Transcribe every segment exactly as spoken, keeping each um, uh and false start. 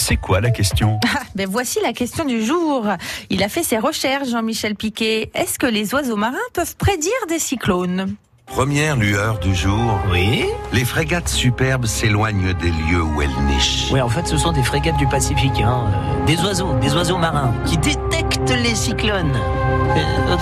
C'est quoi la question ? Ah, ben voici la question du jour. Il a fait ses recherches, Jean-Michel Piquet. Est-ce que les oiseaux marins peuvent prédire des cyclones ? Première lueur du jour. Oui. Les frégates superbes s'éloignent des lieux où elles nichent. Oui, en fait, ce sont des frégates du Pacifique, hein. Euh, des oiseaux, des oiseaux marins qui détectent les cyclones. Euh, ok ?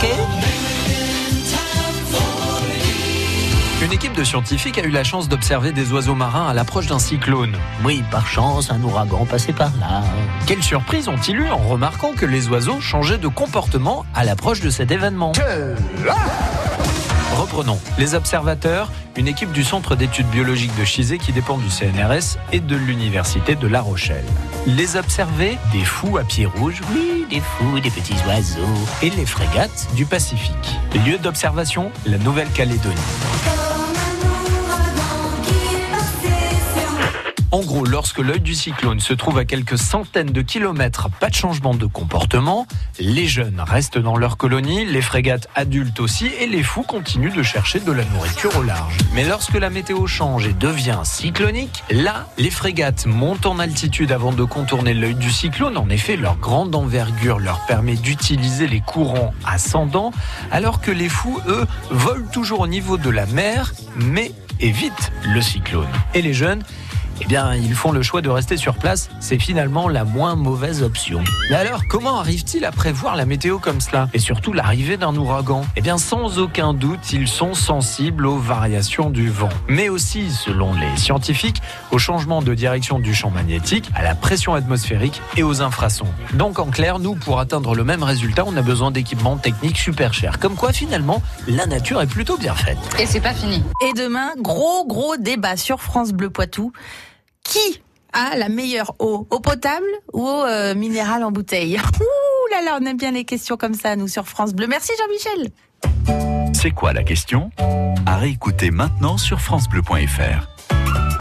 Une équipe de scientifiques a eu la chance d'observer des oiseaux marins à l'approche d'un cyclone. Oui, par chance, un ouragan passait par là. Quelle surprise ont-ils eu en remarquant que les oiseaux changeaient de comportement à l'approche de cet événement ? Reprenons. Les observateurs, une équipe du Centre d'études biologiques de Chizé qui dépend du C N R S et de l'Université de La Rochelle. Les observer, des fous à pieds rouges, Oui, des fous, des petits oiseaux. et les frégates du Pacifique. Lieu d'observation, la Nouvelle-Calédonie. En gros, lorsque l'œil du cyclone se trouve à quelques centaines de kilomètres, pas de changement de comportement, les jeunes restent dans leur colonie, les frégates adultes aussi, et les fous continuent de chercher de la nourriture au large. Mais lorsque la météo change et devient cyclonique, là, les frégates montent en altitude avant de contourner l'œil du cyclone. En effet, leur grande envergure leur permet d'utiliser les courants ascendants, alors que les fous, eux, volent toujours au niveau de la mer, mais évitent le cyclone. Et les jeunes, eh bien, ils font le choix de rester sur place. C'est finalement la moins mauvaise option. Mais alors, comment arrivent-ils à prévoir la météo comme cela ? Et surtout l'arrivée d'un ouragan ? Eh bien, sans aucun doute, ils sont sensibles aux variations du vent. Mais aussi, selon les scientifiques, au changement de direction du champ magnétique, à la pression atmosphérique et aux infrasons. Donc, en clair, nous, pour atteindre le même résultat, on a besoin d'équipements techniques super chers. Comme quoi, finalement, la nature est plutôt bien faite. Et c'est pas fini. Et demain, gros gros débat sur France Bleu Poitou. Qui a la meilleure eau ? Eau potable ou eau euh, minérale en bouteille ? Ouh là là, on aime bien les questions comme ça, nous, sur France Bleu. Merci Jean-Michel. C'est quoi la question ? À réécouter maintenant sur francebleu point f r.